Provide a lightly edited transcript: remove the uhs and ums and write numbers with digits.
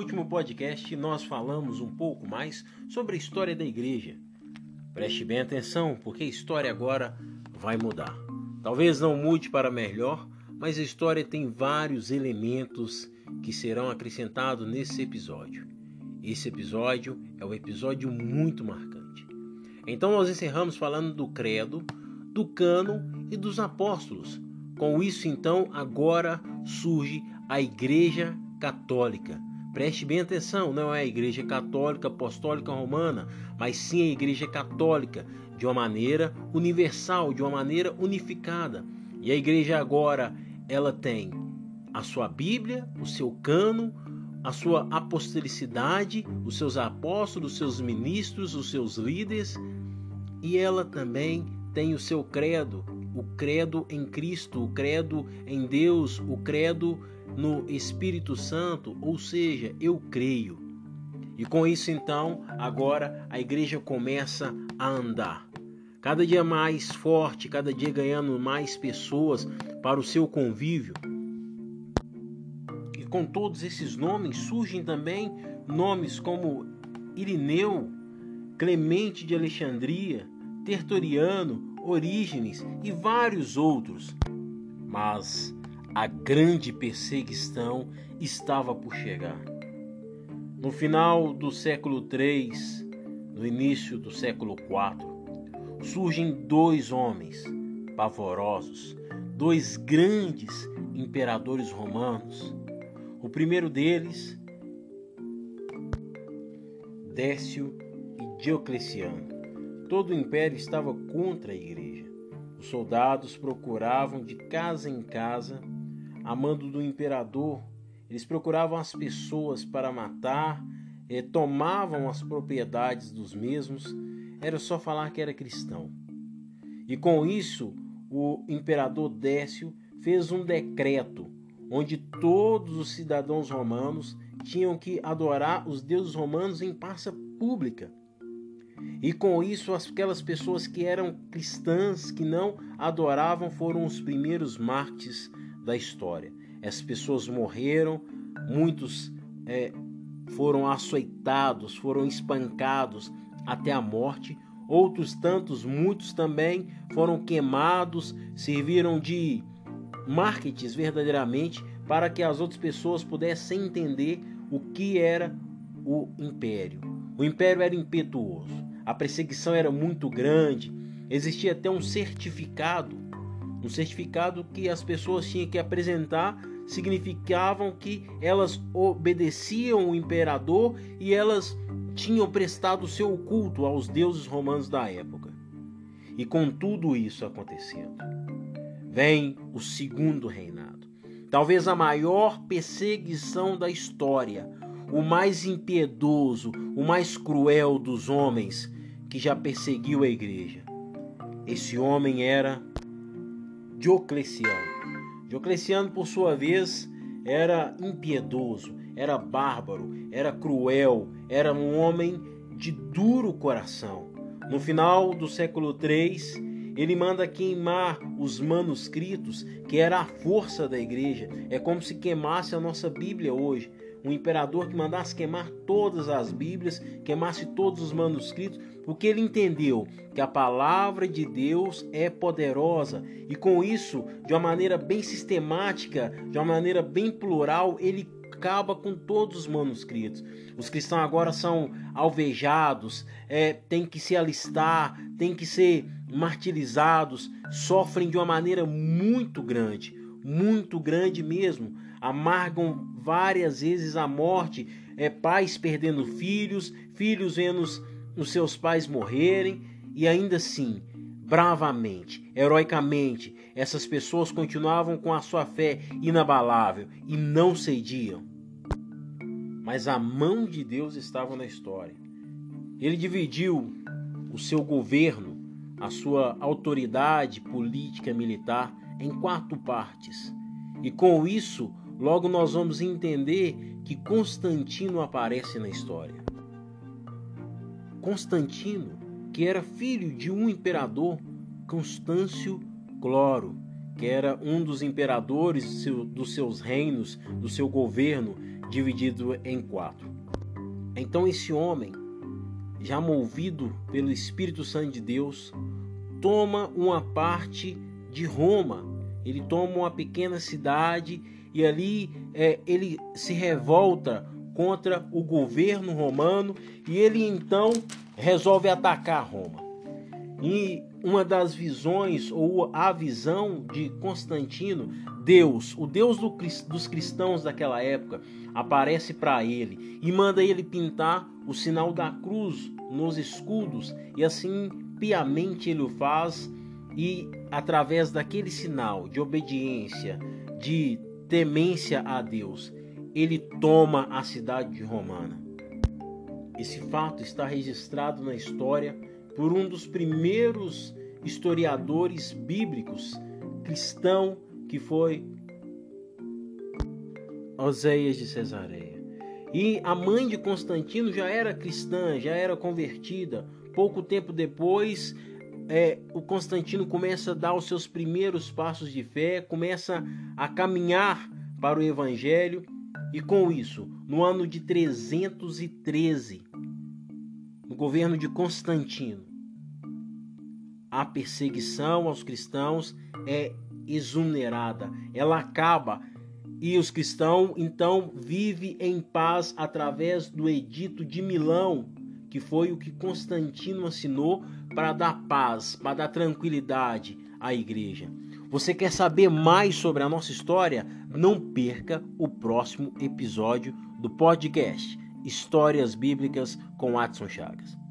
último podcast nós falamos um pouco mais sobre a história da igreja. Preste bem atenção, porque a história agora vai mudar. Talvez não mude para melhor, mas a história tem vários elementos que serão acrescentados nesse episódio. Esse episódio é um episódio muito marcante. Então nós encerramos falando do credo, do cânon e dos apóstolos. Com isso, então, agora surge a Igreja Católica. Preste bem atenção, não é a Igreja Católica Apostólica Romana, mas sim a Igreja Católica, de uma maneira universal, de uma maneira unificada. E a Igreja agora, ela tem a sua Bíblia, o seu cânon, a sua apostolicidade, os seus apóstolos, os seus ministros, os seus líderes, e ela também tem o seu credo, o credo em Cristo, o credo em Deus, o credo no Espírito Santo, ou seja, eu creio. E com isso então, agora a igreja começa a andar. Cada dia mais forte, cada dia ganhando mais pessoas para o seu convívio. E com todos esses nomes surgem também nomes como Irineu, Clemente de Alexandria, Tertuliano, Orígenes e vários outros. Mas a grande perseguição estava por chegar. No final do século III, no início do século IV, surgem dois homens pavorosos, dois grandes imperadores romanos. O primeiro deles, Décio e Diocleciano. Todo o império estava contra a igreja. Os soldados procuravam de casa em casa, a mando do imperador. Eles procuravam as pessoas para matar, tomavam as propriedades dos mesmos. Era só falar que era cristão. E com isso, o imperador Décio fez um decreto onde todos os cidadãos romanos tinham que adorar os deuses romanos em praça pública. E com isso, aquelas pessoas que eram cristãs, que não adoravam, foram os primeiros mártires da história. Essas pessoas morreram, muitos foram açoitados, foram espancados até a morte. Outros tantos, muitos também foram queimados, serviram de mártires verdadeiramente para que as outras pessoas pudessem entender o que era o império. O império era impetuoso. A perseguição era muito grande, existia até um certificado que as pessoas tinham que apresentar, significavam que elas obedeciam o imperador e elas tinham prestado seu culto aos deuses romanos da época. E com tudo isso acontecendo, vem o segundo reinado, talvez a maior perseguição da história, o mais impiedoso, o mais cruel dos homens que já perseguiu a igreja. Esse homem era Diocleciano. Diocleciano, por sua vez, era impiedoso, era bárbaro, era cruel, era um homem de duro coração. No final do século III, ele manda queimar os manuscritos, que era a força da igreja. É como se queimasse a nossa Bíblia hoje. Um imperador que mandasse queimar todas as Bíblias, queimasse todos os manuscritos, porque ele entendeu que a palavra de Deus é poderosa. E com isso, de uma maneira bem sistemática, de uma maneira bem plural, ele acaba com todos os manuscritos. Os cristãos agora são alvejados, têm que se alistar, têm que ser martirizados, sofrem de uma maneira muito grande mesmo, amargam várias vezes a morte, pais perdendo filhos, filhos vendo os seus pais morrerem, e ainda assim, bravamente, heroicamente, essas pessoas continuavam com a sua fé inabalável e não cediam. Mas a mão de Deus estava na história. Ele dividiu o seu governo, a sua autoridade política militar, em 4 partes. E com isso, logo nós vamos entender que Constantino aparece na história. Constantino, que era filho de um imperador, Constâncio Cloro, que era um dos imperadores dos seus reinos, do seu governo, dividido em 4. Então esse homem, já movido pelo Espírito Santo de Deus, toma uma parte de Roma. Ele toma uma pequena cidade e ali ele se revolta contra o governo romano e ele então resolve atacar Roma. E uma das visões, ou a visão de Constantino, Deus, o Deus dos cristãos daquela época, aparece para ele e manda ele pintar o sinal da cruz nos escudos, e assim piamente ele o faz, e através daquele sinal de obediência, de temência a Deus, ele toma a cidade romana. Esse fato está registrado na história por um dos primeiros historiadores bíblicos cristão, que foi Oséias de Cesareia. E a mãe de Constantino já era cristã, já era convertida. Pouco tempo depois, o Constantino começa a dar os seus primeiros passos de fé, começa a caminhar para o Evangelho, e com isso, no ano de 313, no governo de Constantino, a perseguição aos cristãos é exonerada, ela acaba, e os cristãos então vivem em paz através do Edito de Milão, que foi o que Constantino assinou para dar paz, para dar tranquilidade à igreja. Você quer saber mais sobre a nossa história? Não perca o próximo episódio do podcast Histórias Bíblicas com Adson Chagas.